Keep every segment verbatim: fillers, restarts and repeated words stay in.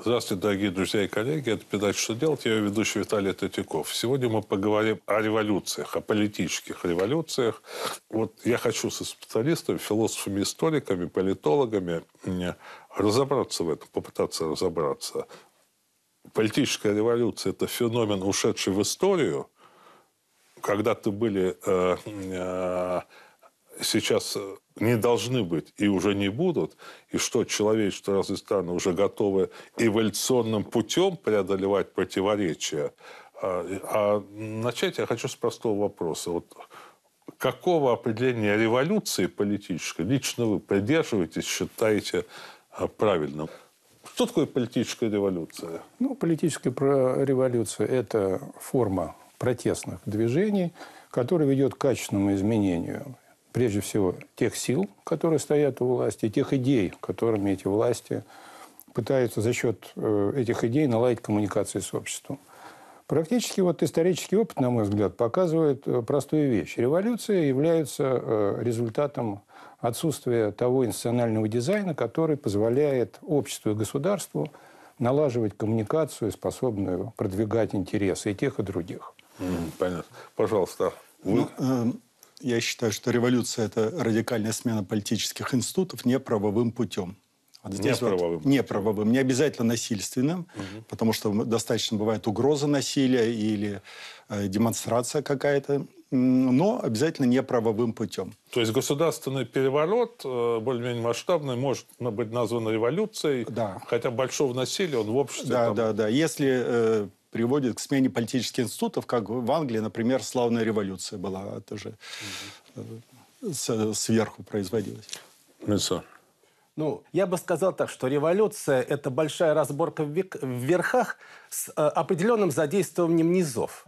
Здравствуйте, дорогие друзья и коллеги. Это передача «Что делать?». Я ее ведущий Виталий Третьяков. Сегодня мы поговорим о революциях, о политических революциях. Вот я хочу со специалистами, философами, историками, политологами разобраться в этом, попытаться разобраться. Политическая революция – это феномен, ушедший в историю. Когда-то были... Э, э, сейчас не должны быть и уже не будут, и что человечество, разве страны уже готовы эволюционным путем преодолевать противоречия. А, а начать я хочу с простого вопроса. Вот какого определения революции политической лично вы придерживаетесь, считаете правильным? Что такое политическая революция? Ну, политическая революция – это форма протестных движений, которая ведет к качественному изменению прежде всего тех сил, которые стоят у власти, тех идей, которыми эти власти пытаются за счет этих идей наладить коммуникации с обществом. Практически вот исторический опыт, на мой взгляд, показывает простую вещь. Революция является результатом отсутствия того институционального дизайна, который позволяет обществу и государству налаживать коммуникацию, способную продвигать интересы и тех, и других. Mm, понятно. Пожалуйста. Вы... Ну, Я считаю, что революция – это радикальная смена политических институтов неправовым путем. Вот здесь не правовым. Вот, не правовым, не обязательно насильственным, угу. потому что достаточно бывает угроза насилия или э, демонстрация какая-то, но обязательно не правовым путем. То есть государственный переворот, э, более-менее масштабный, может быть назван революцией, да. хотя большого насилия он в обществе... Да, там... да, да. Если... Э, приводит к смене политических институтов, как в Англии, например, славная революция была. Это же угу. сверху производилась. Лицо. Ну, я бы сказал так, что революция – это большая разборка в, век, в верхах с э, определенным задействованием низов.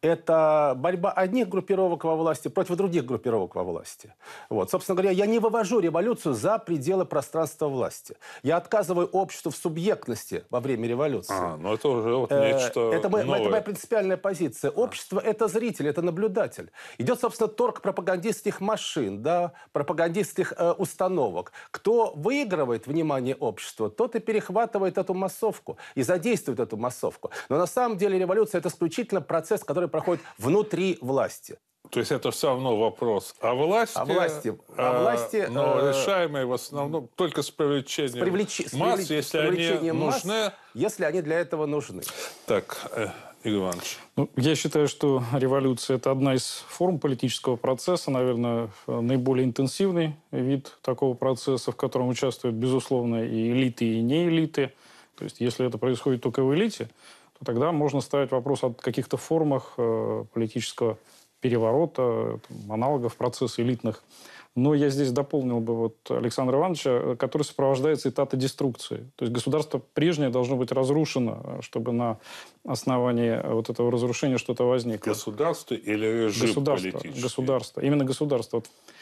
Это борьба одних группировок во власти против других группировок во власти. Вот. Собственно говоря, я не вывожу революцию за пределы пространства власти. Я отказываю обществу в субъектности во время революции. А, ну это уже вот э, нечто это, мы, новое. Это моя принципиальная позиция. Общество – это зритель, это наблюдатель. Идет, собственно, торг пропагандистских машин, да, пропагандистских э, установок. Кто вы выигрывает внимание общества, тот и перехватывает эту массовку и задействует эту массовку. Но на самом деле революция – это исключительно процесс, который проходит внутри власти. То есть это все равно вопрос о власти, о власти, о власти но э, решаемый в основном только с привлечением с привлеч... масс, с если привлечением они масс, нужны. Если они для этого нужны. Так, э, Игорь Иванович. Ну, я считаю, что революция – это одна из форм политического процесса, наверное, наиболее интенсивный вид такого процесса, в котором участвуют, безусловно, и элиты, и не элиты. То есть, если это происходит только в элите, то тогда можно ставить вопрос о каких-то формах э, политического переворота, там, аналогов процесса элитных. Но я здесь дополнил бы вот Александра Ивановича, который сопровождается этатодеструкцией. То есть государство прежнее должно быть разрушено, чтобы на основании вот этого разрушения что-то возникло. Государство или режим государство, политический? Государство. Именно государство.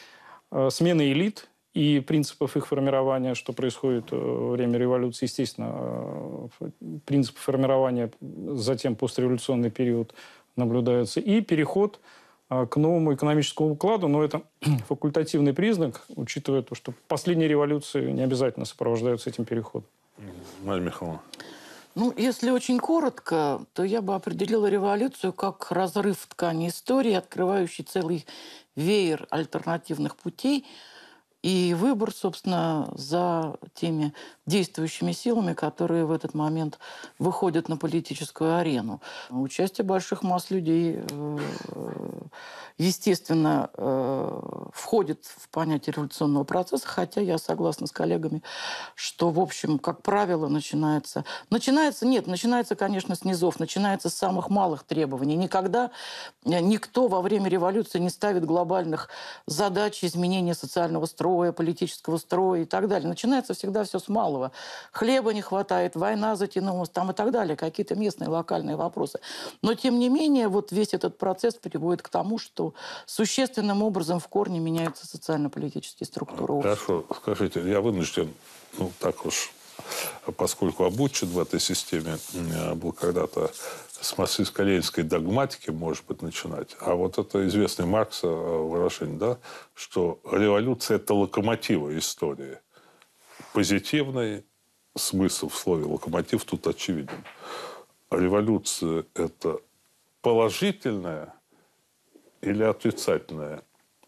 Вот. Смена элит и принципов их формирования, что происходит во время революции, естественно, принципы формирования затем постреволюционный период наблюдаются. И переход к новому экономическому укладу, но это факультативный признак, учитывая то, что последние революции не обязательно сопровождаются этим переходом. Марья Михайловна. Ну, если очень коротко, то я бы определила революцию как разрыв ткани истории, открывающий целый веер альтернативных путей, и выбор, собственно, за теми действующими силами, которые в этот момент выходят на политическую арену. Участие больших масс людей, естественно, входит в понятие революционного процесса, хотя я согласна с коллегами, что, в общем, как правило, начинается... Начинается, нет, начинается, конечно, с низов, начинается с самых малых требований. Никогда никто во время революции не ставит глобальных задач изменения социального строя, политического строя и так далее. Начинается всегда все с малого. Хлеба не хватает, война затянулась там и так далее, какие-то местные локальные вопросы. Но, тем не менее, вот весь этот процесс приводит к тому, что существенным образом в корне меняются социально-политические структуры общества. Хорошо, скажите, я вынужден, ну, так уж, поскольку обучен в этой системе, был когда-то с марксистско-ленинской догматики, может быть, начинать. А вот это известное Маркса выражение, да, что революция – это локомотивы истории. Позитивной, смысл в слове «локомотив» тут очевиден. Революция – это положительная или отрицательная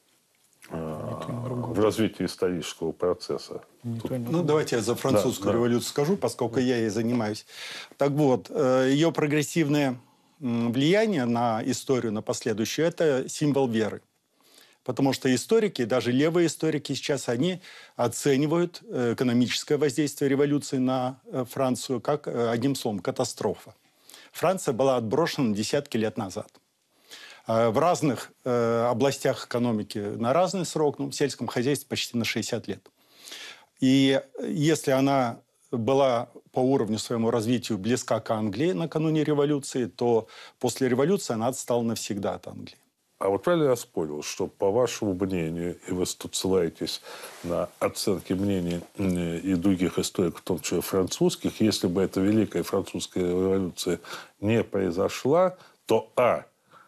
в развитии исторического процесса? Тут... Ну, давайте я за французскую да, революцию да. скажу, поскольку я ей занимаюсь. Так вот, ее прогрессивное влияние на историю, на последующую, это символ веры. Потому что историки, даже левые историки сейчас, они оценивают экономическое воздействие революции на Францию как, одним словом, катастрофа. Франция была отброшена десятки лет назад. В разных э, областях экономики на разный срок, ну, в сельском хозяйстве почти на шестьдесят лет. И если она была по уровню своему развитию близка к Англии накануне революции, то после революции она отстала навсегда от Англии. А вот правильно я спорил, что, по вашему мнению, и вы тут ссылаетесь на оценки мнений и других историков, в том числе французских, если бы эта Великая Французская революция не произошла, то а.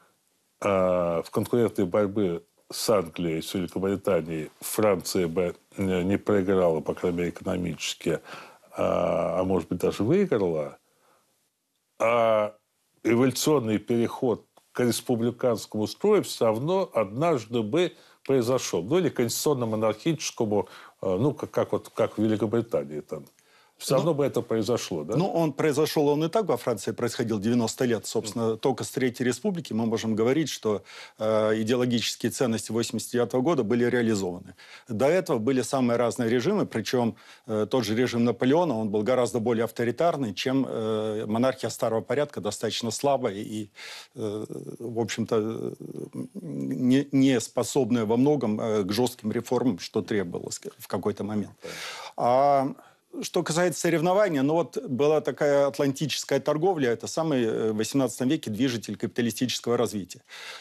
в конкурентной борьбе с Англией, с Великобританией Франция бы не проиграла, по крайней мере, экономически, а, а может быть, даже выиграла. А эволюционный переход к республиканскому строю все равно однажды бы произошел. Ну, или конституционно-монархическому, ну, как, как, вот, как в Великобритании там. Все равно бы это произошло, да? Ну, он произошел, он и так во Франции происходил девяносто лет. Собственно, mm. только с Третьей Республики мы можем говорить, что э, идеологические ценности восемьдесят девятого года были реализованы. До этого были самые разные режимы, причем э, тот же режим Наполеона, он был гораздо более авторитарный, чем э, монархия старого порядка, достаточно слабая и, э, в общем-то, не, не способная во многом э, к жестким реформам, что требовалось в какой-то момент. Mm. А... Что касается соревнования, ну вот была такая атлантическая торговля, это самый в восемнадцатом веке движитель капиталистического развития.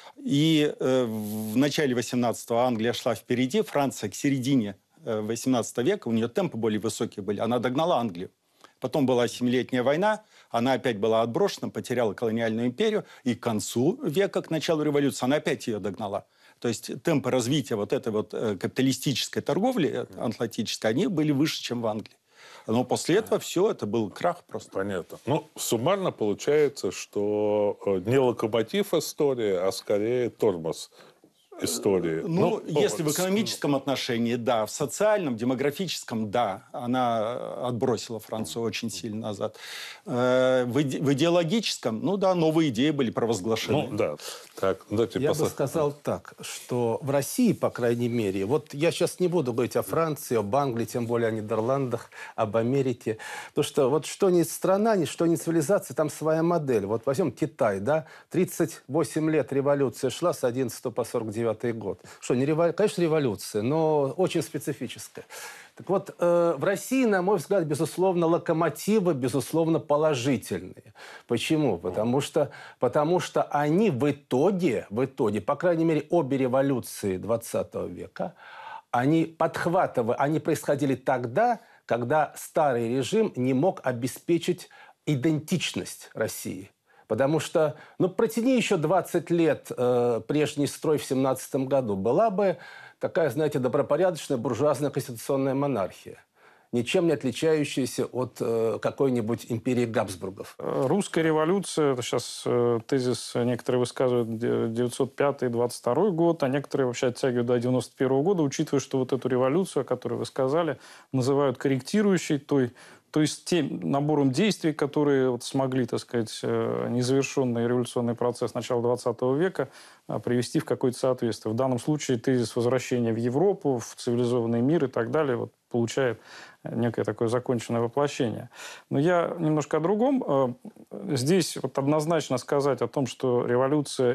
И э, в начале восемнадцатого Англия шла впереди, Франция к середине восемнадцатого века, у нее темпы более высокие были, она догнала Англию. Потом была Семилетняя война, она опять была отброшена, потеряла колониальную империю, и к концу века, к началу революции, она опять ее догнала. То есть темпы развития вот этой вот капиталистической торговли атлантической, они были выше, чем в Англии. Но после этого все, это был крах просто. Понятно. Ну, суммарно получается, что не локомотив истории, а скорее тормоз истории. Ну, ну если в экономическом отношении, да. В социальном, демографическом, да. Она отбросила Францию очень сильно назад. В, иде в идеологическом, ну да, новые идеи были провозглашены. Ну, да. Так, дайте я посыл. бы сказал так, что в России, по крайней мере, вот я сейчас не буду говорить о Франции, об Англии, тем более о Нидерландах, об Америке, потому что вот что ни страна, ни что ни цивилизация, там своя модель. Вот возьмем Китай, да, тридцать восемь лет революция шла с одиннадцатого по сорок девятый год. Что, не революция? Конечно, революция, но очень специфическая. Так вот, э, в России, на мой взгляд, безусловно, локомотивы, безусловно, положительные. Почему? Потому что, потому что они в итоге, в итоге, по крайней мере, обе революции двадцатого века, они подхватывали, они происходили тогда, когда старый режим не мог обеспечить идентичность России. Потому что, ну, протяни еще двадцать лет э, прежний строй в семнадцатом году, была бы такая, знаете, добропорядочная буржуазная конституционная монархия, ничем не отличающаяся от э, какой-нибудь империи Габсбургов. Русская революция, это сейчас э, тезис некоторые высказывают девятьсот пятый — двадцать второй год, а некоторые вообще оттягивают до девяносто первого года, учитывая, что вот эту революцию, о которой вы сказали, называют корректирующей, той, то есть тем набором действий, которые вот смогли, так сказать, незавершенный революционный процесс начала двадцатого века привести в какое-то соответствие. В данном случае тезис возвращения в Европу, в цивилизованный мир и так далее вот, получает некое такое законченное воплощение. Но я немножко о другом. Здесь вот однозначно сказать о том, что революция –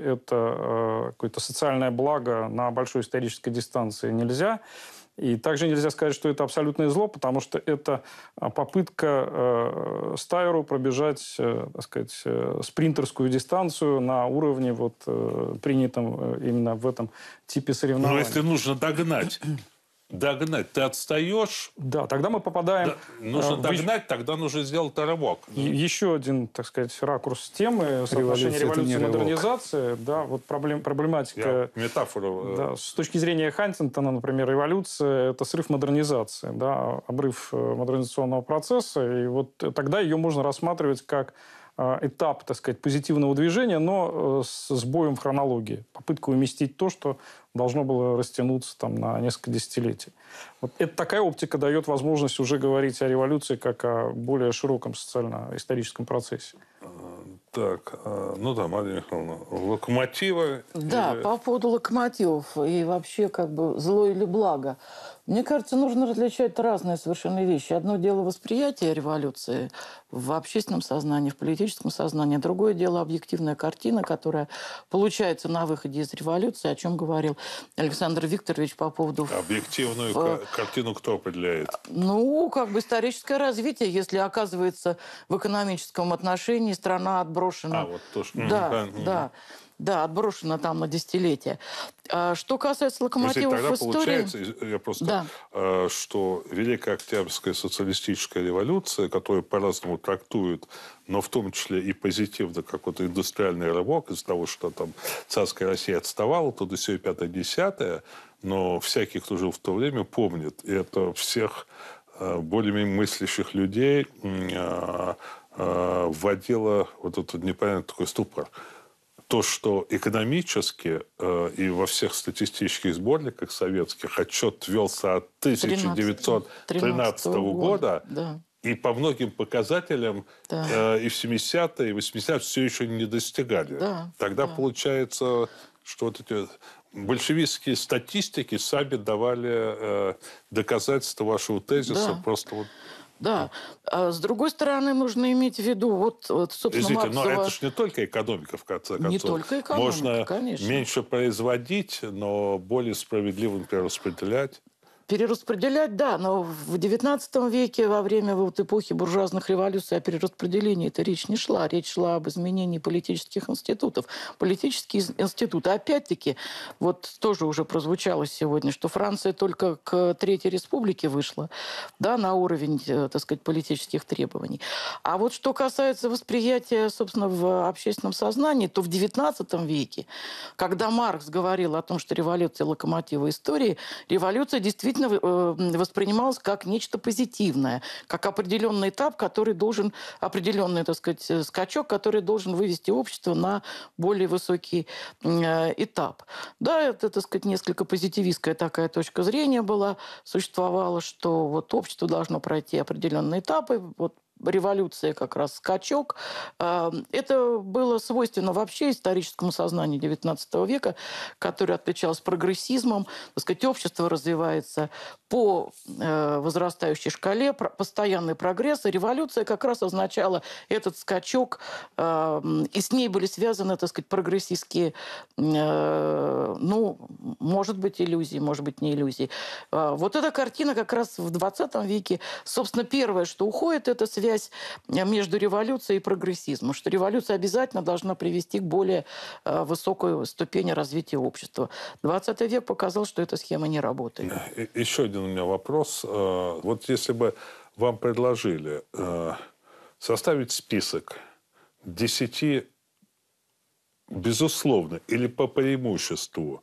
это какое-то социальное благо на большой исторической дистанции нельзя. И также нельзя сказать, что это абсолютное зло, потому что это попытка э, Стайеру пробежать, э, так сказать, э, спринтерскую дистанцию на уровне, вот, э, принятом э, именно в этом типе соревнований. Но если нужно догнать догнать. Ты отстаешь. Да, тогда мы попадаем... Да, нужно в... догнать, тогда нужно сделать рывок. И еще один, так сказать, ракурс темы соотношения революции и модернизации. Да, вот проблем, проблематика... Я метафору... Да, с точки зрения Хантингтона, например, революция – это срыв модернизации, да, обрыв модернизационного процесса. И вот тогда ее можно рассматривать как этап, так сказать, позитивного движения, но с сбоем в хронологии. Попытка уместить то, что должно было растянуться там, на несколько десятилетий. Вот это такая оптика дает возможность уже говорить о революции как о более широком социально-историческом процессе. Так, ну да, Мария Михайловна, локомотивы... Да, или... по поводу локомотивов и вообще как бы зло или благо. Мне кажется, нужно различать разные совершенно вещи. Одно дело восприятие революции в общественном сознании, в политическом сознании. Другое дело объективная картина, которая получается на выходе из революции, о чем говорил Александр Викторович по поводу... Объективную в... картину кто определяет? Ну, как бы историческое развитие, если оказывается в экономическом отношении страна отброшена... А, вот то, что... Да, да. Да, отброшено там на десятилетия. А что касается локомотивов тогда в истории... получается, я просто, да. что Великая Октябрьская социалистическая революция, которую по-разному трактуют, но в том числе и позитивно, как вот индустриальный рывок, из-за того, что там царская Россия отставала, туда все и пятое-десятое, но всякий, кто жил в то время, помнит. И это всех более-менее мыслящих людей вводило вот этот непонятный такой ступор. То, что экономически э, и во всех статистических сборниках советских отчет велся от тысяча девятьсот тринадцатого года, да. И по многим показателям да. э, и в семидесятые, и восьмидесятые все еще не достигали. Да. Тогда да. получается, что вот эти большевистские статистики сами давали э, доказательства вашего тезиса. Да. Просто вот... Да. А с другой стороны, нужно иметь в виду, вот, вот собственно, Извините, Марксова... но это же не только экономика, в конце концов. Не только экономика, Можно конечно. меньше производить, но более справедливо перераспределять. Перераспределять, да, но в девятнадцатом веке, во время вот эпохи буржуазных революций, о перераспределении это речь не шла. Речь шла об изменении политических институтов. Политические институты, опять-таки, вот тоже уже прозвучало сегодня, что Франция только к Третьей Республике вышла, да, на уровень, так сказать, политических требований. А вот что касается восприятия, собственно, в общественном сознании, то в девятнадцатом веке, когда Маркс говорил о том, что революция – локомотива истории, революция действительно воспринималось как нечто позитивное, как определенный этап, который должен, определенный, так сказать, скачок, который должен вывести общество на более высокий этап. Да, это, так сказать, несколько позитивистская такая точка зрения была, существовала, что вот общество должно пройти определенные этапы, вот революция, как раз скачок. Это было свойственно вообще историческому сознанию девятнадцатого века, которое отличалось прогрессизмом. Так сказать, общество развивается по возрастающей шкале, постоянный прогресс. И революция как раз означала этот скачок, и с ней были связаны, так сказать, прогрессистские, ну, может быть, иллюзии, может быть, не иллюзии. Вот эта картина как раз в двадцатом веке, собственно, первое, что уходит, это связь между революцией и прогрессизмом, что революция обязательно должна привести к более высокой ступени развития общества. двадцатый век показал, что эта схема не работает. Еще один у меня вопрос. Вот если бы вам предложили составить список десяти, безусловно, или по преимуществу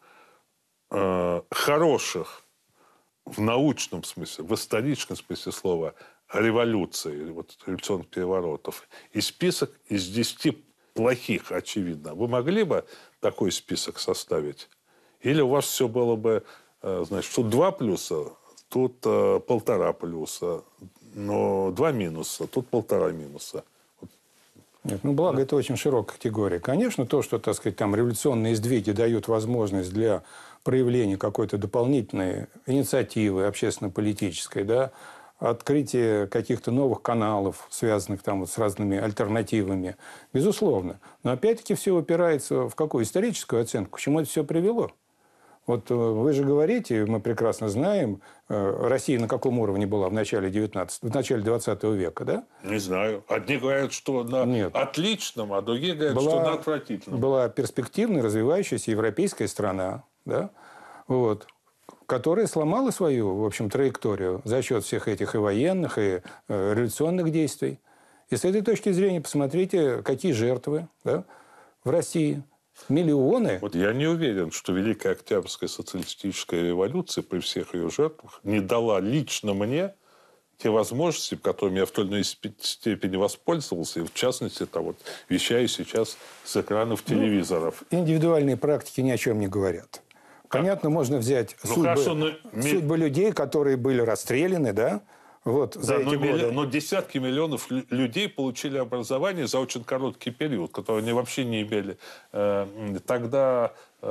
хороших в научном смысле, в историческом смысле слова, революции, вот, революционных переворотов, и список из десяти плохих, очевидно. Вы могли бы такой список составить? Или у вас все было бы, значит, тут два плюса, тут э, полтора плюса, но два минуса, тут полтора минуса? Нет, ну, благо, это очень широкая категория. Конечно, то, что, так сказать, там революционные сдвиги дают возможность для проявления какой-то дополнительной инициативы общественно-политической, да, открытие каких-то новых каналов, связанных там вот с разными альтернативами. Безусловно. Но опять-таки все упирается в какую историческую оценку, к чему это все привело. Вот вы же говорите, мы прекрасно знаем, Россия на каком уровне была в начале девятнадцатого, в начале двадцатого века, да? Не знаю. Одни говорят, что на Нет. отличном, а другие говорят, была, что на отвратительном. Была перспективная, развивающаяся европейская страна, да? Вот. которая сломала свою, в общем, траекторию за счет всех этих и военных, и э, революционных действий. И с этой точки зрения посмотрите, какие жертвы, да, в России. Миллионы. Вот я не уверен, что Великая Октябрьская социалистическая революция при всех ее жертвах не дала лично мне те возможности, которыми я в той или иной степени воспользовался, и в частности, это вот, вещаю сейчас с экранов телевизоров. Ну, индивидуальные практики ни о чем не говорят. Понятно, можно взять ну, судьбы, хорошо, но... судьбы людей, которые были расстреляны, да, вот, за да, эти но, годы. Милли... но десятки миллионов людей получили образование за очень короткий период, который они вообще не имели э, тогда, э,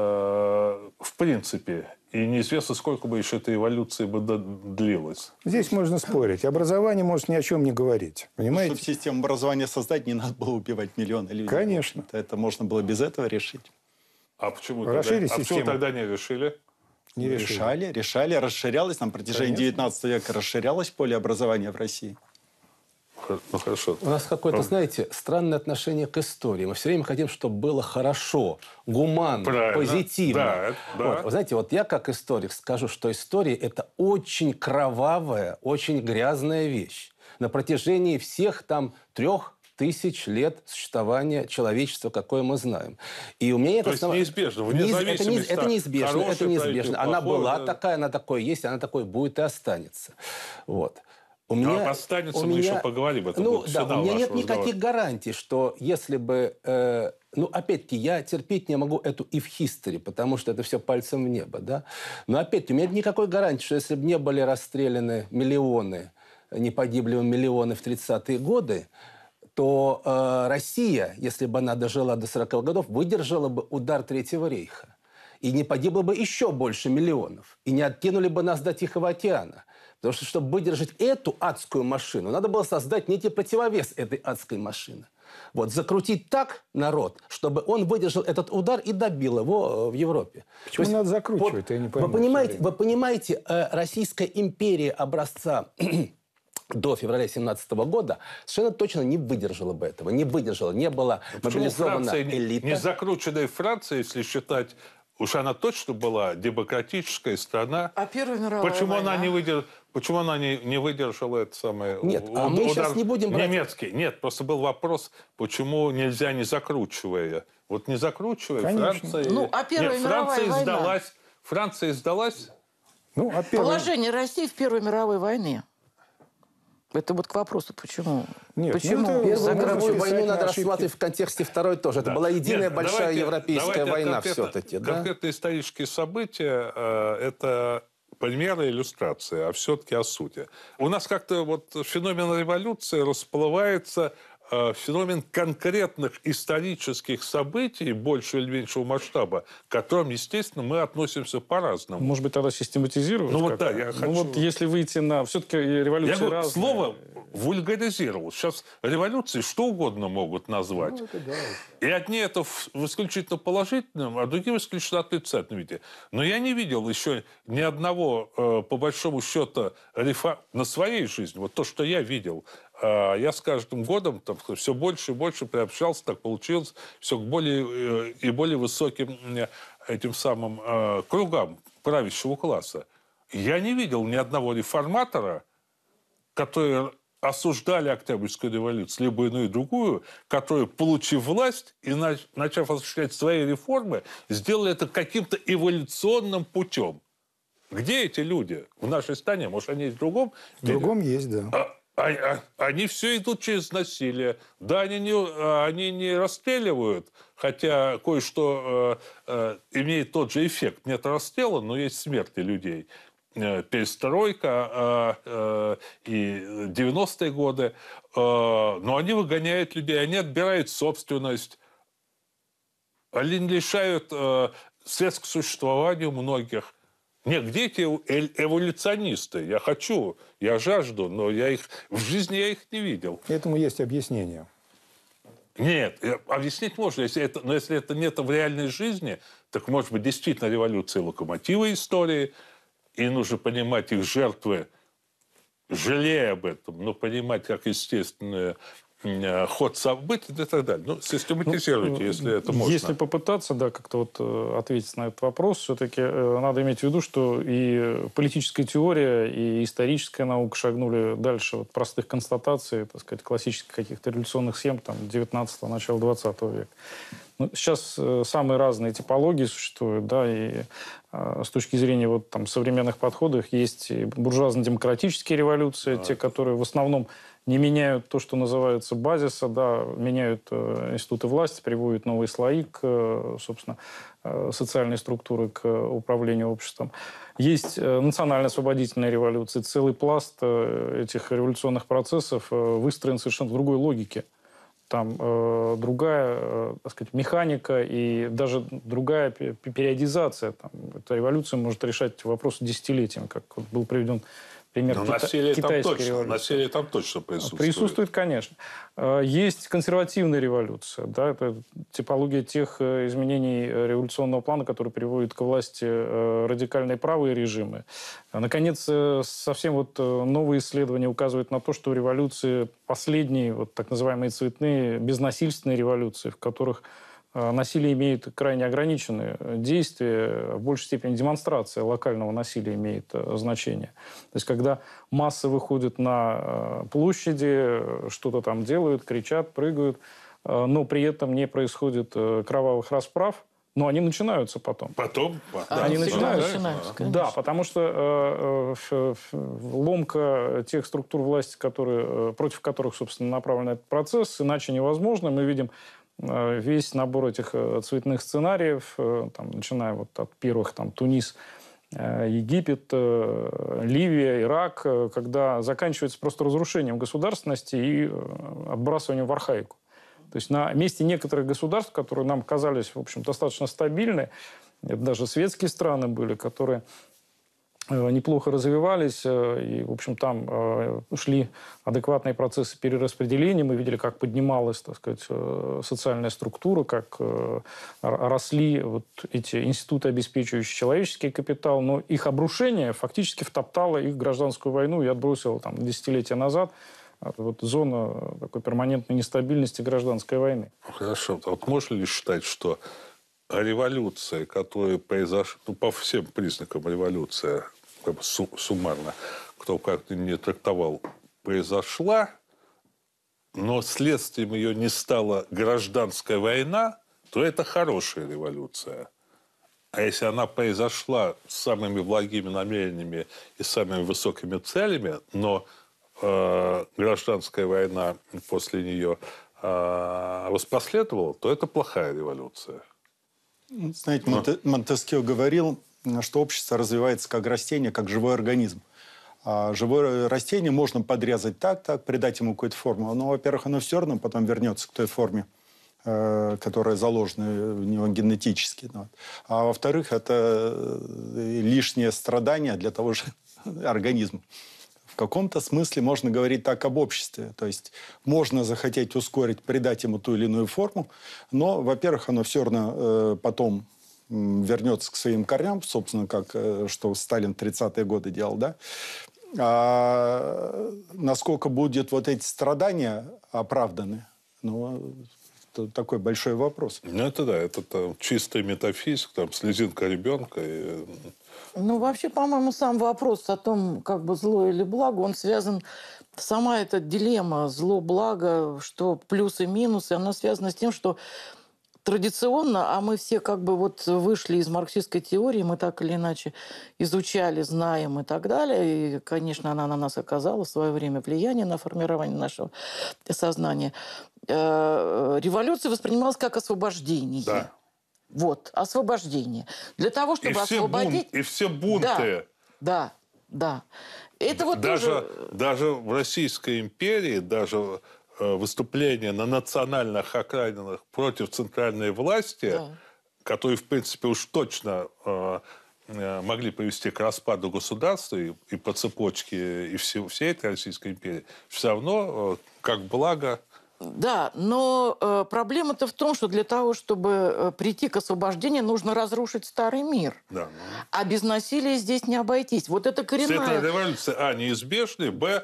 в принципе. И неизвестно, сколько бы еще эта эволюция бы длилась. Здесь можно спорить. Образование может ни о чем не говорить. Понимаете? Чтобы систему образования создать, не надо было убивать миллионы людей. Конечно. Это можно было без этого решить. А почему, тогда, а почему тогда не решили? Не решили. Решали, решали, расширялось. На протяжении Конечно. девятнадцатого века расширялось поле образования в России. Ну, хорошо. У нас какое-то, знаете, странное отношение к истории. Мы все время хотим, чтобы было хорошо, гуманно, Правильно. позитивно. Да, да. Вот. Вы знаете, вот я как историк скажу, что история – это очень кровавая, очень грязная вещь. На протяжении всех там трех тысяч лет существования человечества, какое мы знаем. И у меня нет То есть основ... неизбежно, вне Неиз... зависимости это, не... это неизбежно, хорошее это неизбежно. Она плохое, была да. такая, она такой есть, она такой будет и останется. Вот. У Ну, меня, а останется, у мы меня, еще поговорим. Это ну, будет да, финал у меня нет нашего никаких разговора. гарантий, что если бы... Э, ну, опять-таки, я терпеть не могу эту if history, потому что это все пальцем в небо, да? Но, опять-таки, у меня нет никакой гарантии, что если бы не были расстреляны миллионы, не погибли бы миллионы в тридцатые годы, то э, Россия, если бы она дожила до сороковых годов, выдержала бы удар Третьего рейха. И не погибло бы еще больше миллионов. И не откинули бы нас до Тихого океана. Потому что, чтобы выдержать эту адскую машину, надо было создать некий противовес этой адской машины. Вот, закрутить так народ, чтобы он выдержал этот удар и добил его в Европе. Почему То есть, надо закручивать? Вот, Я не пойму. Вы понимаете, вы понимаете, Российская империя образца до февраля семнадцатого года совершенно точно не выдержала бы этого. Не выдержала. Не была мобилизована элита. Не закрученная Франция, если считать, уж она точно была демократическая страна. А Первая мировая Почему война? она не выдержала? Почему она не, не выдержала это самое... Нет, у, а мы удар сейчас не будем брать... немецкий? Нет, просто был вопрос, почему нельзя не закручивая. Вот не закручивая, Конечно. Франция... Ну, а Первая Нет, Франция мировая война? сдалась. Франция сдалась. Ну, а первый... Положение России в Первой мировой войне. Это вот к вопросу, почему? Нет, почему? ну, это- Первую Можно мировую списать войну на надо ошибки. рассматривать в контексте Второй тоже. Это Да. была единая Нет, большая давайте- европейская давайте война конкретно- все-таки. Да? Конкретные исторические события э, – это примеры, иллюстрации, а все-таки о сути. У нас как-то вот феномен революции расплывается э, феномен конкретных исторических событий большего или меньшего масштаба, к которым, естественно, мы относимся по-разному. Может быть, тогда систематизировать? Ну вот как-то? да, я Ну хочу- вот если выйти на... Все-таки революция Я говорю, разная. слово вульгаризировал. Сейчас революции что угодно могут назвать. И одни это в, в исключительно положительном, а другие в исключительно отрицательном виде. Но я не видел еще ни одного, э, по большому счету, рефа... на своей жизни. Вот то, что я видел. Э, я с каждым годом там, все больше и больше приобщался, так получилось, все к более э, и более высоким э, этим самым э, кругам правящего класса. Я не видел ни одного реформатора, которые осуждали Октябрьскую революцию, либо иную другую, которые, получив власть и начав осуществлять свои реформы, сделали это каким-то эволюционным путем. Где эти люди? В нашей стране? Может, они есть в другом В мире? другом есть, да. А, а- а- они все идут через насилие. Да, они не, они не расстреливают, хотя кое-что э, э, имеет тот же эффект. Нет расстрела, но есть смерти людей. Перестройка э, э, и девяностые годы. Э, но они выгоняют людей, они отбирают собственность, они лишают э, средств к существованию многих. Нет, где эти эволюционисты? Я хочу, я жажду, но я их, в жизни я их не видел. Этому есть объяснение. Нет, объяснить можно, если это, но если это нет в реальной жизни, так, может быть, действительно революция локомотива истории, и нужно понимать их жертвы, жалея об этом, но понимать как естественную ход событий и так далее. Ну, систематизируйте, ну, если это можно. Если попытаться, да, как-то вот э, ответить на этот вопрос, все-таки э, надо иметь в виду, что и политическая теория, и историческая наука шагнули дальше вот простых констатаций, так сказать, классических каких-то революционных схем там, девятнадцатого, начала двадцатого века. Ну, сейчас э, самые разные типологии существуют, да, и э, с точки зрения вот, там, современных подходов есть и буржуазно-демократические революции, да. Те, которые в основном не меняют то, что называется базиса, да, меняют э, институты власти, приводят новые слои к, э, собственно, э, социальной структуры, к управлению обществом. Есть э, национально-освободительные революции, целый пласт э, этих революционных процессов э, выстроен совершенно в другой логике. Там э, другая, э, так сказать, механика и даже другая периодизация. Там, эта революция может решать вопросы десятилетиями, как вот был приведен пример Но кита- насилие китайской там точно, революции. насилие там точно присутствует. Присутствует, конечно. Есть консервативная революция. Да, это типология тех изменений революционного плана, которые приводят к власти радикальные правые режимы. Наконец, совсем вот новые исследования указывают на то, что революции последние, вот так называемые цветные, безнасильственные революции, в которых насилие имеет крайне ограниченные действия, в большей степени демонстрация локального насилия имеет значение. То есть, когда массы выходят на площади, что-то там делают, кричат, прыгают, но при этом не происходит кровавых расправ, но они начинаются потом. Потом? А, они начинаются. начинаются Да, потому что э, э, ломка тех структур власти, которые, против которых, собственно, направлен этот процесс, иначе невозможно. Мы видим весь набор этих цветных сценариев, там, начиная вот от первых, там, Тунис, Египет, Ливия, Ирак, когда заканчивается просто разрушением государственности и отбрасыванием в архаику. То есть на месте некоторых государств, которые нам казались, в общем, достаточно стабильны, это даже светские страны были, которые неплохо развивались, и, в общем, там шли адекватные процессы перераспределения. Мы видели, как поднималась, так сказать, социальная структура, как росли вот эти институты, обеспечивающие человеческий капитал, но их обрушение фактически втоптало их в гражданскую войну и отбросило там десятилетия назад вот зону такой перманентной нестабильности гражданской войны. Хорошо. Вот можно ли считать, что революция, которая произошла, ну, по всем признакам революция, как бы суммарно, кто как-то не трактовал, произошла, но следствием ее не стала гражданская война, то это хорошая революция. А если она произошла с самыми благими намерениями и самыми высокими целями, но э, гражданская война после нее э, воспоследовала, то это плохая революция. Знаете, Монте, Монтескье говорил, что общество развивается как растение, как живой организм. А живое растение можно подрезать так, так, придать ему какую-то форму. Но, во-первых, оно все равно потом вернется к той форме, э, которая заложена в него генетически. Вот. А во-вторых, это лишнее страдание для того же организма. В каком-то смысле можно говорить так об обществе. То есть можно захотеть ускорить, придать ему ту или иную форму, но, во-первых, оно все равно э, потом вернется к своим корням, собственно, как э, что Сталин в тридцатые годы делал, да. А насколько будут вот эти страдания оправданы, ну, это такой большой вопрос. Ну, это да, это там, чистая метафизика, там, слезинка ребенка. И... Ну, вообще, по-моему, сам вопрос о том, как бы зло или благо, он связан... Сама эта дилемма зло-благо, что плюсы и минусы, она связана с тем, что традиционно, а мы все как бы вот вышли из марксистской теории, мы так или иначе изучали, знаем и так далее. И, конечно, она на нас оказала в свое время влияние на формирование нашего сознания. Революция воспринималась как освобождение. Да. Вот, освобождение. Для того, чтобы и все освободить... Бун... И все бунты. Да, да, да. Это вот даже, тоже... даже в Российской империи, даже выступления на национальных окраинах против центральной власти, да. которые, в принципе, уж точно э, могли привести к распаду государства и, и по цепочке и все, всей этой Российской империи, все равно, э, как благо... Да, но э, проблема-то в том, что для того, чтобы э, прийти к освобождению, нужно разрушить старый мир. Да, ну... А без насилия здесь не обойтись. Вот это коренная... Светлая революция, а, неизбежная, б,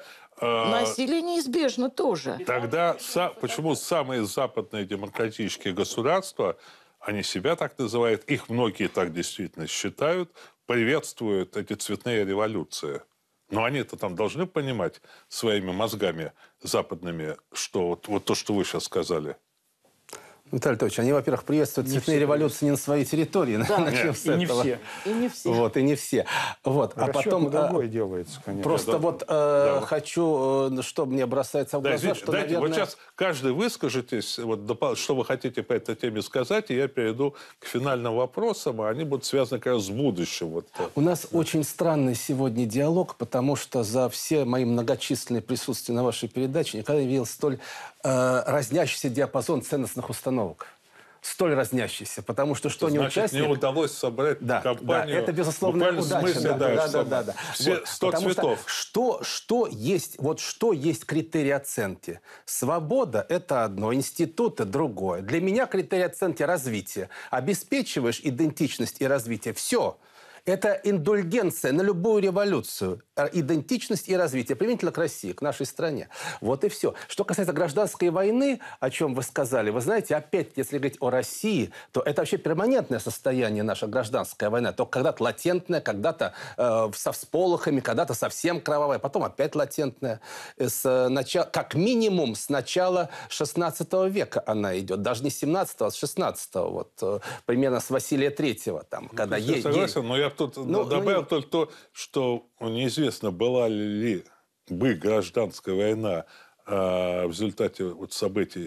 Насилие неизбежно тоже. Тогда са- почему самые западные демократические государства, они себя так называют, их многие так действительно считают, приветствуют эти цветные революции. Но они-то там должны понимать своими мозгами западными, что вот, вот то, что вы сейчас сказали. Виталий Анатольевич, они, во-первых, приветствуют Не цветные все революции не на своей территории. Да. Начнем с И не этого. все. И не все. Вот, и не все. Вот. А Расчет потом... на другое э, делается, конечно. Просто Да, вот э, да. хочу, э, что мне бросается в Да, глаза, извините, что, дайте, наверное... вот сейчас каждый выскажитесь, вот, допол- что вы хотите по этой теме сказать, и я перейду к финальным вопросам, а они будут связаны как раз с будущим. Вот. У нас очень странный сегодня диалог, потому что за все мои многочисленные присутствия на вашей передаче никогда не видел столь э, разнящийся диапазон ценностных установок. Столь разнящийся, потому что что не Значит, участник... не удалось собрать Да, компанию. да, это безусловная буквально в удача. смысле, да, да, да, что да, да. Все Вот, сто потому цветов. Что, что, что есть, вот что есть критерий оценки? Свобода – это одно, институт – это другое. Для меня критерий оценки – развитие. Обеспечиваешь идентичность и развитие – все. Это индульгенция на любую революцию. Идентичность и развитие. Применительно к России, к нашей стране. Вот и все. Что касается гражданской войны, о чем вы сказали, вы знаете, опять, если говорить о России, то это вообще перманентное состояние, наша гражданская война. Только когда-то латентная, когда-то э, со всполохами, когда-то совсем кровавая, потом опять латентная. С начала, как минимум с начала шестнадцатого века она идет. Даже не с семнадцатого, а с шестнадцатого. Вот, э, примерно с Василия Третьего. Там, Ну, когда я е- согласен, но я тут Ну, добавил ну, только то, что неизвестно, была ли бы гражданская война э, в результате вот событий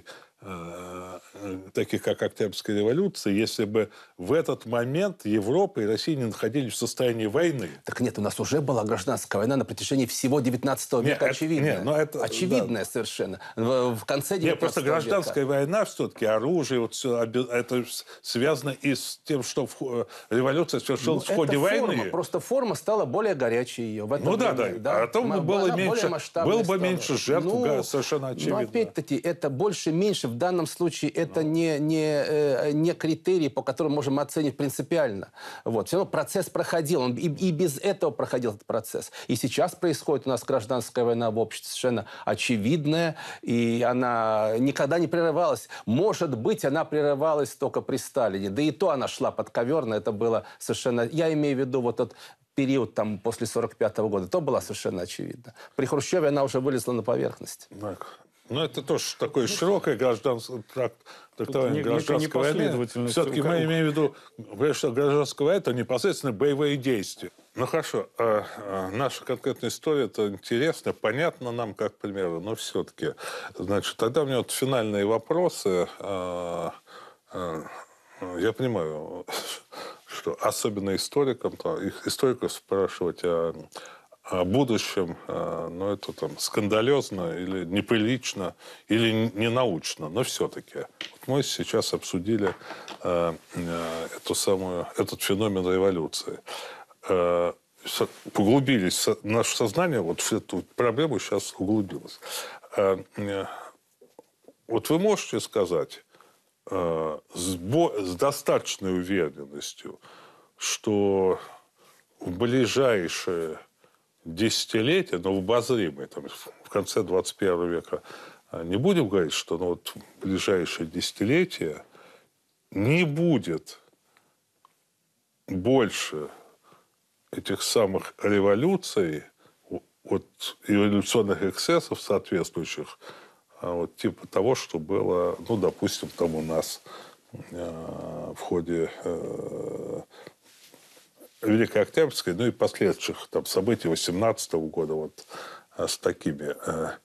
э, таких, как Октябрьская революция, если бы в этот момент Европа и Россия не находились в состоянии войны. Так нет, у нас уже была гражданская война на протяжении всего девятнадцатого Нет, века, это- очевидная. нет, но это- очевидная совершенно. В, в конце Нет, просто девятнадцатого гражданская века. война все-таки, оружие, вот все, это связано и с тем, что в- революция совершилась Ну, в ходе это форма, войны. просто форма стала более горячей ее. В это Ну да, время, да. А то М- было она меньше- более масштабной было бы стала. меньше жертв, Ну, да, совершенно очевидно. Но опять-таки, это больше-меньше в данном случае это не, не, э, не критерий, по которым можем оценить принципиально. Вот. Все равно процесс проходил. Он и, и без этого проходил этот процесс. И сейчас происходит у нас гражданская война в обществе совершенно очевидная. И она никогда не прерывалась. Может быть, она прерывалась только при Сталине. Да и то она шла подковерно. Это было совершенно... Я имею в виду вот тот период там, после сорок пятого года. То было совершенно очевидно. При Хрущеве она уже вылезла на поверхность. Так. Ну, это тоже такое широкое гражданское трактование некая гражданской войны. непоследовательность. Все-таки мы имеем в виду, что гражданская война – это непосредственно боевые действия. Ну, хорошо. А, а, наша конкретная история – это интересно, понятно нам, как, к примеру, но все-таки. Значит, тогда у меня вот финальные вопросы. А, а, я понимаю, что особенно историкам, то, их историков спрашивать о о будущем, ну, это там скандалезно или неприлично, или ненаучно, но все-таки. Вот мы сейчас обсудили э, э, эту самую, этот феномен революции. Э, поглубились, наше сознание вот в эту проблему сейчас углубилось. Э, э, вот вы можете сказать э, с, бо- с достаточной уверенностью, что в ближайшие десятилетия, но в обозримые, там, в конце двадцать первого века, не будем говорить, что ну, вот в ближайшие десятилетия не будет больше этих самых революций, вот, революционных эксцессов соответствующих, вот, типа того, что было, ну, допустим, там у нас э, в ходе э, Великой Октябрьской, ну и последующих там, событий восемнадцатого года вот, с такими.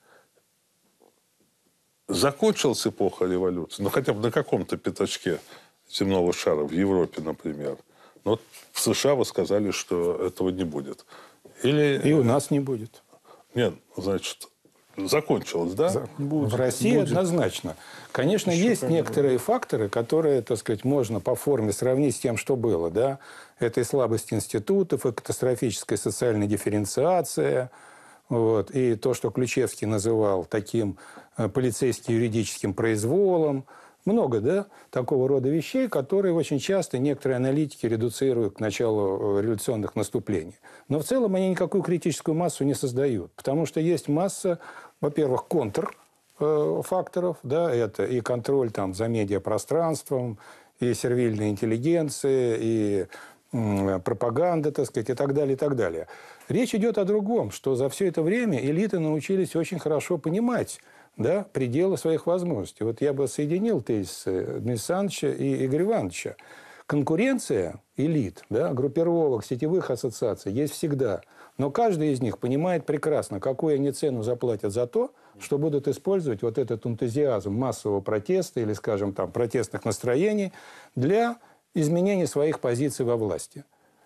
Закончилась эпоха революции, ну хотя бы на каком-то пятачке земного шара, в Европе, например. Но вот в США вы сказали, что этого не будет. Или... И у нас не будет. Нет, значит, закончилось, да? В России Будет. однозначно. Конечно, Еще есть как бы. некоторые факторы, которые, так сказать, можно по форме сравнить с тем, что было. Да? Это и слабость институтов, и катастрофическая социальная дифференциация, вот, и то, что Ключевский называл таким э, полицейско-юридическим произволом. Много, да, такого рода вещей, которые очень часто некоторые аналитики редуцируют к началу революционных наступлений. Но в целом они никакую критическую массу не создают. Потому что есть масса, во-первых, контрфакторов, да, это и контроль там, за медиапространством, и сервильная интеллигенция, и пропаганда, так сказать, и так далее, и так далее. Речь идет о другом, что за все это время элиты научились очень хорошо понимать, да, пределы своих возможностей. Вот я бы соединил тезис Дмитрия Александровича и Игоря Ивановича. Конкуренция элит, да, группировок, сетевых ассоциаций есть всегда. Но каждый из них понимает прекрасно, какую они цену заплатят за то, что будут использовать вот этот энтузиазм массового протеста или, скажем, там, протестных настроений для изменения своих позиций во власти.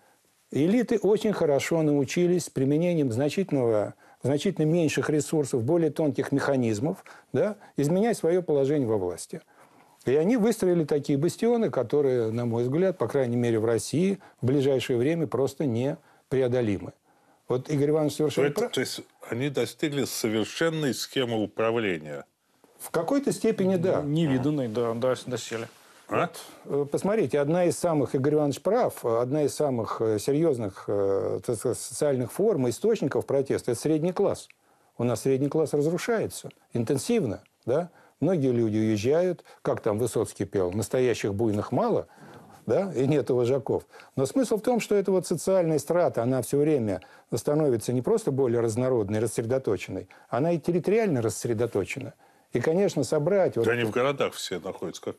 Элиты очень хорошо научились с применением значительного, значительно меньших ресурсов, более тонких механизмов, да, изменять свое положение во власти. И они выстроили такие бастионы, которые, на мой взгляд, по крайней мере в России, в ближайшее время просто непреодолимы. Вот Игорь Иванович совершенно прав. То есть они достигли совершенной схемы управления? В какой-то степени, да. Невиданный, да, да, доселе. А? Вот, посмотрите, одна из самых, Игорь Иванович прав, одна из самых серьезных, так сказать, социальных форм, источников протеста – это средний класс. У нас средний класс разрушается интенсивно, да? Многие люди уезжают, как там Высоцкий пел, настоящих буйных мало, да, и нет вожаков. Но смысл в том, что эта вот социальная страта, она все время становится не просто более разнородной, рассредоточенной, она и территориально рассредоточена. И, конечно, собрать... Да вот они в городах все находятся. Как?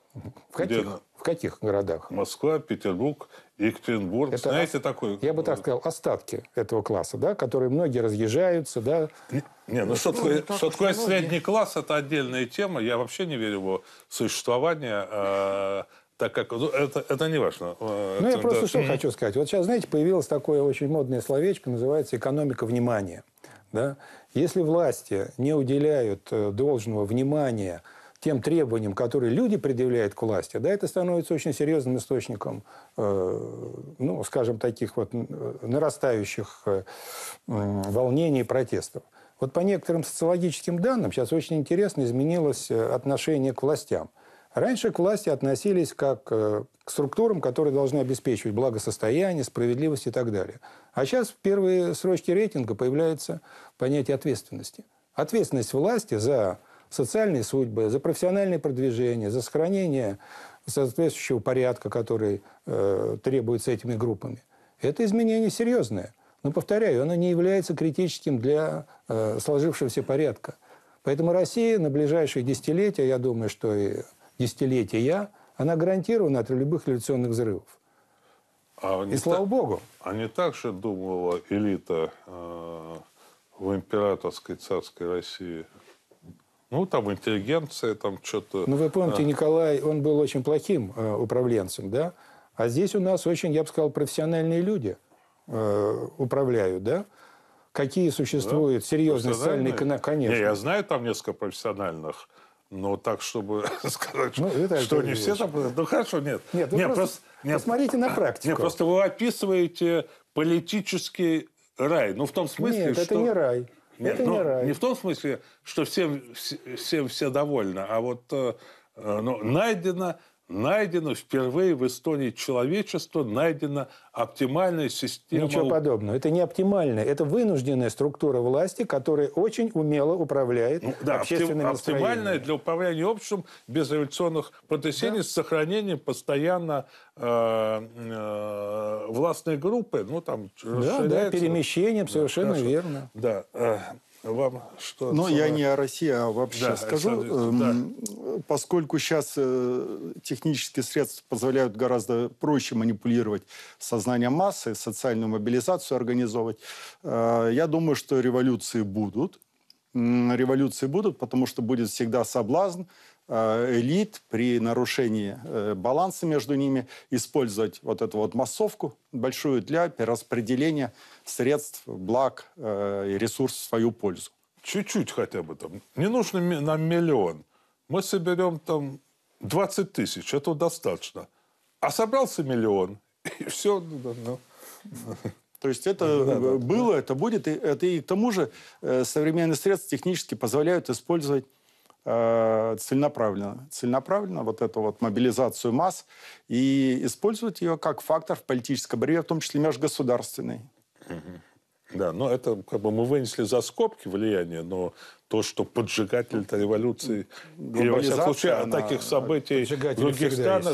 В каких, Где? в каких городах? Москва, Петербург, Екатеринбург. Это Знаете, ос- такой... Я бы так сказал, остатки этого класса, да, которые многие разъезжаются, да. Не, ну что такое, что такое средний класс, это отдельная тема. Я вообще не верю в его существование, э, так как... Ну, это, это не важно. Ну, я Это, просто да. что хочу сказать. Вот сейчас, знаете, появилось такое очень модное словечко, называется экономика внимания. Да? Если власти не уделяют э, должного внимания тем требованиям, которые люди предъявляют к власти, да, это становится очень серьезным источником, э, ну, скажем, таких вот нарастающих э, волнений и протестов. Вот по некоторым социологическим данным сейчас очень интересно изменилось отношение к властям. Раньше к власти относились как к структурам, которые должны обеспечивать благосостояние, справедливость и так далее. А сейчас в первые строчки рейтинга появляется понятие ответственности. Ответственность власти за социальные судьбы, за профессиональное продвижение, за сохранение соответствующего порядка, который э, требуется этими группами. Это изменение серьезное. Но, повторяю, оно не является критическим для э, сложившегося порядка. Поэтому Россия на ближайшие десятилетия, я думаю, что и десятилетия, она гарантирована от любых революционных взрывов. А и слава так, богу. А не так же думала элита э, в императорской царской России? Ну, там интеллигенция, там что-то... Ну, вы помните, а... Николай, он был очень плохим э, управленцем, да? А здесь у нас очень, я бы сказал, профессиональные люди э, управляют, да? Какие существуют да? серьезные социальные... Конечно. Не, я знаю там несколько профессиональных, но так, чтобы сказать, ну, это, что это не все там... Ну, хорошо, нет. Нет, вы нет, просто, просто нет, посмотрите на практику. Нет, просто вы описываете политический рай. Ну, в том смысле, нет, что... это не рай. Нет, это ну, не рай. Не в том смысле, что всем, всем все довольны, а вот э, ну, найдено, найдено впервые в истории человечества найдена оптимальная система... Ничего подобного. Это не оптимальная. Это вынужденная структура власти, которая очень умело управляет ну, да, общественными настроениями. Оптимальная для управления обществом без революционных потрясений, да. С сохранением постоянно э, э, властной группы. Ну, там, да, да, перемещением, да, совершенно хорошо. Верно. Да. Э, Вам что? Ну, я не о России, а вообще да, скажу. да. Поскольку сейчас технические средства позволяют гораздо проще манипулировать сознанием массы, социальную мобилизацию организовывать, я думаю, что революции будут. Революции будут, потому что будет всегда соблазн элит при нарушении баланса между ними использовать вот эту вот массовку большую для перераспределения средств, благ и ресурсов в свою пользу. Чуть-чуть хотя бы там. Не нужно нам миллион. Мы соберем там двадцать тысяч. Этого достаточно. А собрался миллион. И все. Ну. То есть это да, да, было, да. это будет. И, это, и к тому же современные средства технически позволяют использовать э, целенаправленно, целенаправленно вот эту вот мобилизацию масс и использовать ее как фактор в политической борьбе, в том числе межгосударственной. Да, но это как бы мы вынесли за скобки влияние, но то, что поджигатель этой революции, или, во всяком случае, от она... таких событий в других странах,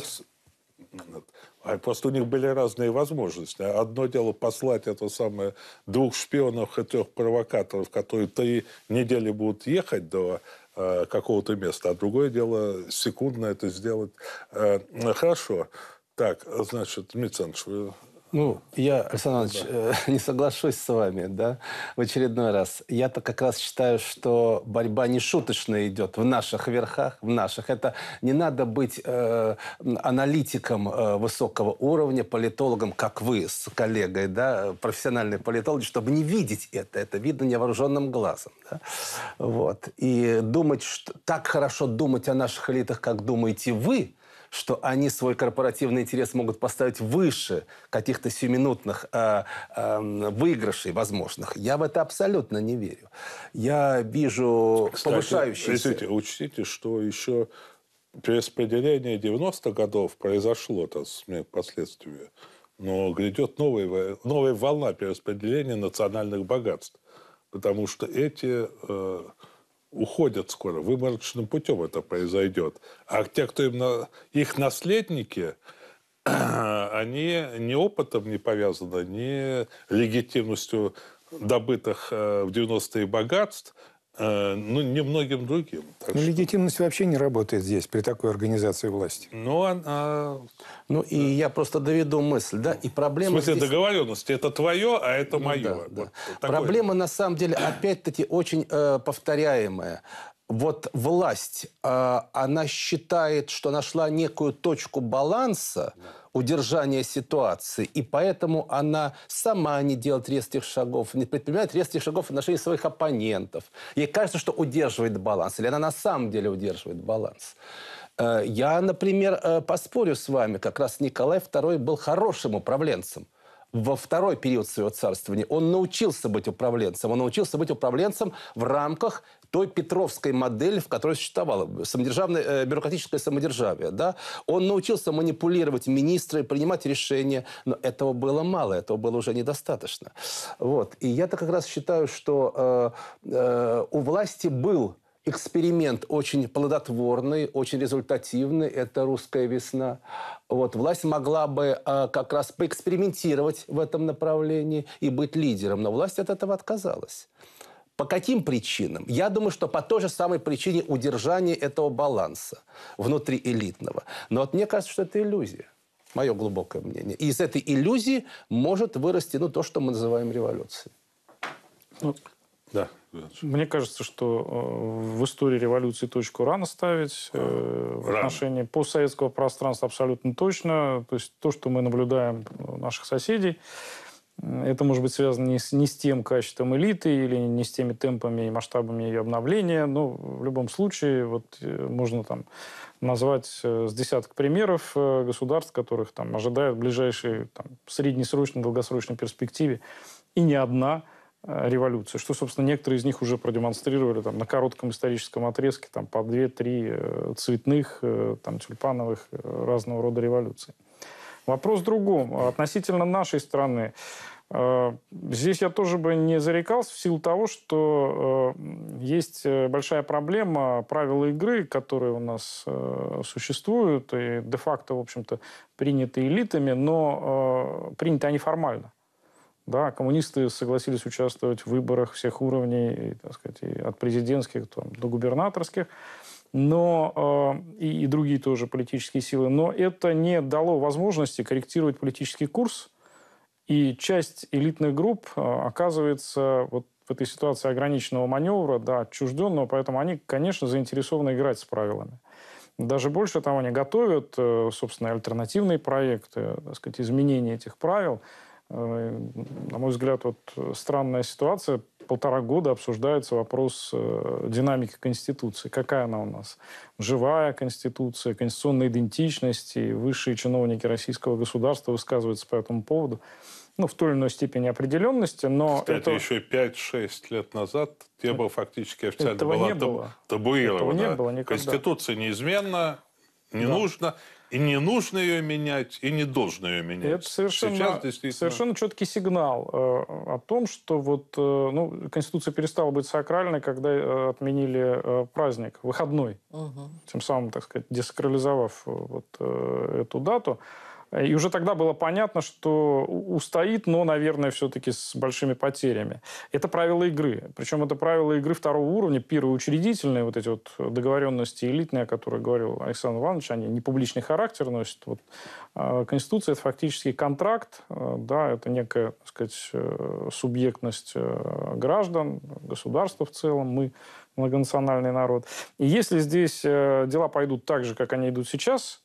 а просто у них были разные возможности. Одно дело послать это самое двух шпионов и трех провокаторов, которые три недели будут ехать до э, какого-то места, а другое дело секундно это сделать. Э, хорошо. Так, значит, Дмитрий Александрович, вы... Ну, я, Александр Иванович, э, не соглашусь с вами, да, в очередной раз. Я-то как раз считаю, что борьба не шуточная идет в наших верхах, в наших. Это не надо быть э, аналитиком э, высокого уровня, политологом, как вы с коллегой, да, профессиональной политологи, чтобы не видеть это. Это видно невооруженным глазом, да? Вот. И думать, что так хорошо думать о наших элитах, как думаете вы, что они свой корпоративный интерес могут поставить выше каких-то сиюминутных э, э, выигрышей возможных. Я в это абсолютно не верю. Я вижу Кстати, повышающийся... Извините, учтите, что еще перераспределение девяностых годов произошло, так сказать, последствия. Но грядет новая, новая волна перераспределения национальных богатств. Потому что эти... Э, уходят скоро. Выборочным путем это произойдет. А те, кто им на... их наследники, они ни опытом не повязаны, ни легитимностью добытых в девяностые богатств, ну, не многим другим. Так ну, что... Легитимность вообще не работает здесь, при такой организации власти. Ну, она... Ну, и да. я просто доведу мысль, да, и проблема... В смысле здесь... договоренности. Это твое, а это ну, мое. Да, вот, да. вот Проблема, на самом деле, опять-таки, очень э, повторяемая. Вот власть, э, она считает, что нашла некую точку баланса, да. удержания ситуации, и поэтому она сама не делает резких шагов, не предпринимает резких шагов в отношении своих оппонентов. Ей кажется, что удерживает баланс, или она на самом деле удерживает баланс. Я, например, поспорю с вами, как раз Николай второй был хорошим управленцем. Во второй период своего царствования он научился быть управленцем. Он научился быть управленцем в рамках той петровской модели, в которой существовало самодержавное, бюрократическое самодержавие. Да? Он научился манипулировать министры, принимать решения, но этого было мало, этого было уже недостаточно. Вот. И я-то как раз считаю, что э, э, у власти был эксперимент очень плодотворный, очень результативный. Это «Русская весна». Вот. Власть могла бы э, как раз поэкспериментировать в этом направлении и быть лидером. Но власть от этого отказалась. По каким причинам? Я думаю, что по той же самой причине удержания этого баланса внутриэлитного. Но вот мне кажется, что это иллюзия. Мое глубокое мнение. И из этой иллюзии может вырасти ну, то, что мы называем революцией. Ну, да. Мне кажется, что э, в истории революции точку рано ставить. Э, в отношении постсоветского пространства абсолютно точно. То есть то, что мы наблюдаем у наших соседей, это может быть связано не с, не с тем качеством элиты или не с теми темпами и масштабами ее обновления. Но в любом случае вот, можно там назвать с десяток примеров государств, которых там ожидают в ближайшей там, среднесрочной, долгосрочной перспективе и не одна революция. Что, собственно, некоторые из них уже продемонстрировали там, на коротком историческом отрезке там, по две-три цветных, там, тюльпановых разного рода революций. Вопрос в другом. Относительно нашей страны. Здесь я тоже бы не зарекался в силу того, что есть большая проблема правил игры, которые у нас существуют и де-факто, в общем-то, приняты элитами, но приняты они формально. Да, коммунисты согласились участвовать в выборах всех уровней, и, так сказать, и от президентских там, до губернаторских, но, э, и, и другие тоже политические силы. Но это не дало возможности корректировать политический курс, и часть элитных групп э, оказывается вот в этой ситуации ограниченного маневра, да, отчужденного, поэтому они, конечно, заинтересованы играть с правилами. Даже больше того, они готовят, э, собственно, альтернативные проекты, так сказать, изменения этих правил. На мой взгляд, вот странная ситуация. Полтора года обсуждается вопрос э, динамики Конституции. Какая она у нас? Живая Конституция, конституционная идентичность. И высшие чиновники российского государства высказываются по этому поводу. ну, в той или иной степени определенности, но Кстати, это... еще пять-шесть лет назад тема фактически официально Этого была не табу- было. табуирована. Этого не было никогда. Конституция неизменна, не Да. нужно, и не нужно ее менять, и не должно ее менять. Это совершенно, Сейчас действительно... совершенно четкий сигнал э, о том, что вот, э, ну, Конституция перестала быть сакральной, когда э, отменили э, праздник, выходной, Угу. тем самым, так сказать, десакрализовав э, вот, э, эту дату. И уже тогда было понятно, что устоит, но, наверное, все-таки с большими потерями. Это правила игры. Причем это правила игры второго уровня, первоучредительные, вот эти вот договоренности элитные, о которых говорил Александр Иванович, они не публичный характер носят. Вот. Конституция – это фактически контракт, да, это некая, так сказать, субъектность граждан, государства в целом, мы многонациональный народ. И если здесь дела пойдут так же, как они идут сейчас,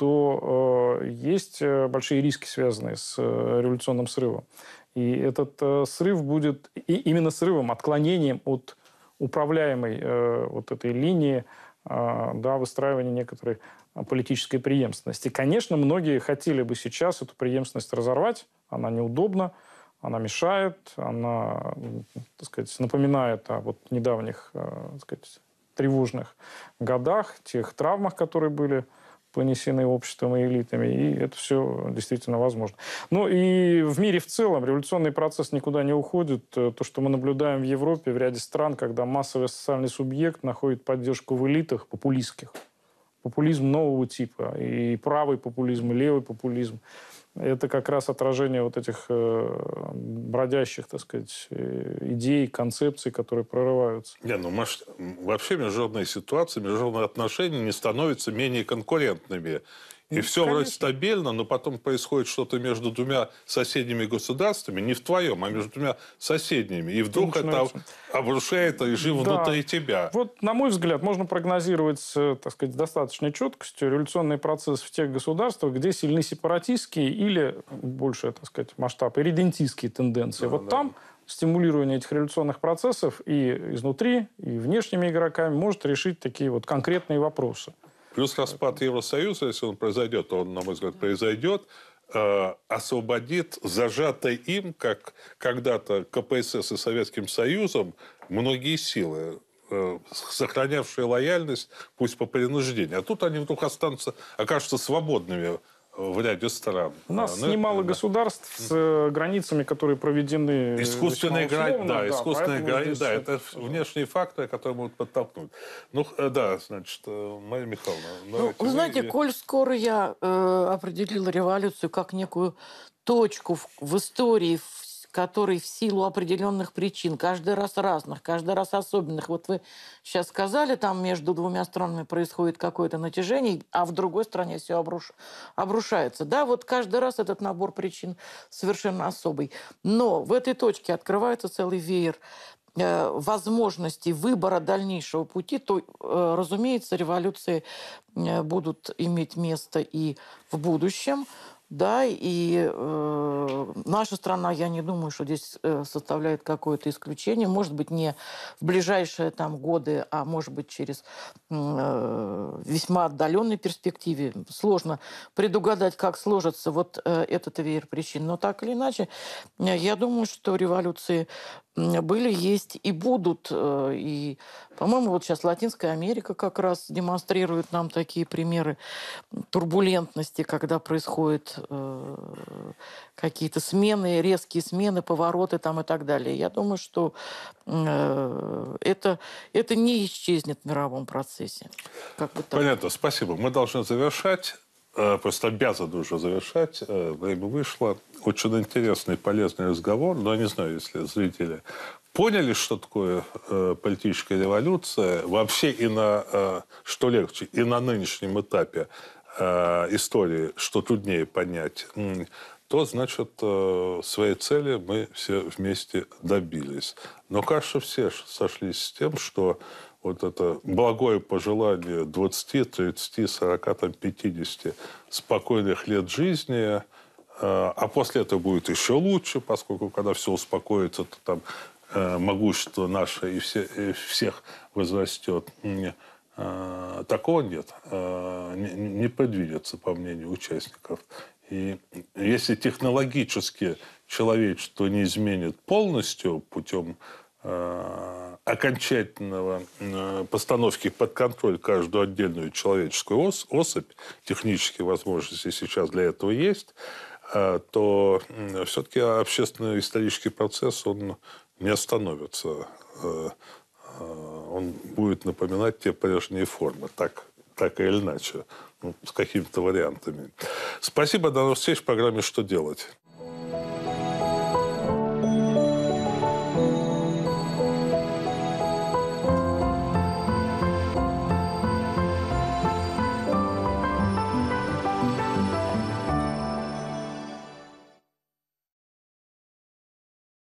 то э, есть большие риски, связанные с э, революционным срывом. И этот э, срыв будет и именно срывом, отклонением от управляемой э, вот этой линии, э, да, выстраивания некоторой политической преемственности. Конечно, многие хотели бы сейчас эту преемственность разорвать. Она неудобна, она мешает, она, так сказать, напоминает о вот недавних, э, так сказать, тревожных годах, тех травмах, которые были понесены обществом и элитами, и это все действительно возможно. Ну и в мире в целом революционный процесс никуда не уходит. То, что мы наблюдаем в Европе, в ряде стран, когда массовый социальный субъект находит поддержку в элитах популистских. Популизм нового типа. И правый популизм, и левый популизм. Это как раз отражение вот этих э, бродящих, так сказать, идей, концепций, которые прорываются. Не, ну, может, вообще международная ситуация, международные отношения не становятся менее конкурентными. И Ну, все вроде конечно. стабильно, но потом происходит что-то между двумя соседними государствами, не в твоем, а между двумя соседними. И вдруг это начинается. обрушает режим Да. внутри тебя. Вот, на мой взгляд, можно прогнозировать, с, так сказать, с достаточной четкостью революционный процесс в тех государствах, где сильны сепаратистские или, больше, так сказать, масштаб, иридентистские тенденции. Да, вот да. там стимулирование этих революционных процессов и изнутри, и внешними игроками может решить такие вот конкретные вопросы. Плюс распад Евросоюза, если он произойдет, то он, на мой взгляд, произойдет, э, освободит зажатые им, как когда-то ка пэ эс эс и Советским Союзом, многие силы, э, сохранявшие лояльность, пусть по принуждению. А тут они вдруг останутся, окажутся свободными в ряде стран. У нас А, ну, немало да. государств с э, границами, которые проведены Искусственная весьма грань, условно, да, искусственная поэтому грань, здесь да, это внешние факторы, которые могут подтолкнуть. Ну, э, да, значит, э, Мария Михайловна. Ну, давайте вы вы знаете, и- коль скоро я э, определила революцию как некую точку в, в истории, в которой в силу определенных причин, каждый раз разных, каждый раз особенных, вот вы сейчас сказали, там между двумя странами происходит какое-то натяжение, а в другой стране все обруш... обрушается. Да, вот каждый раз этот набор причин совершенно особый. Но в этой точке открывается целый веер э, возможностей выбора дальнейшего пути, то, э, разумеется, революции э, будут иметь место и в будущем. Да, и э, наша страна, я не думаю, что здесь э, составляет какое-то исключение. Может быть, не в ближайшие там, годы, а может быть, через э, весьма отдаленной перспективе. Сложно предугадать, как сложится вот э, этот веер причин. Но так или иначе, э, я думаю, что революции были, есть и будут. Э, и, по-моему, вот сейчас Латинская Америка как раз демонстрирует нам такие примеры турбулентности, когда происходят э, какие-то смены, резкие смены, повороты там и так далее. Я думаю, что э, это, это не исчезнет в мировом процессе. Как бы так. Понятно, спасибо. Мы должны завершать. Э, Просто обязаны уже завершать. Э, Время вышло. Очень интересный, полезный разговор. Но я не знаю, если зрители поняли, что такое э, политическая революция, вообще и на, э, что легче, и на нынешнем этапе э, истории, что труднее понять, м, то, значит, э, своей цели мы все вместе добились. Но, кажется, все сошлись с тем, что вот это благое пожелание двадцати, тридцати, сорока, там, пятидесяти спокойных лет жизни, а после этого будет еще лучше, поскольку когда все успокоится, то там э, могущество наше и, все, и всех возрастет. Э, такого нет. Э, не, не предвидится, по мнению участников. И если технологически человечество не изменит полностью путем э, окончательного э, постановки под контроль каждую отдельную человеческую ос, особь, технические возможности сейчас для этого есть, э, то э, все-таки общественно-исторический процесс, он не остановится. Э, э, он будет напоминать те прежние формы, так, так или иначе, ну, с какими-то вариантами. Спасибо, до новых встреч в программе «Что делать?».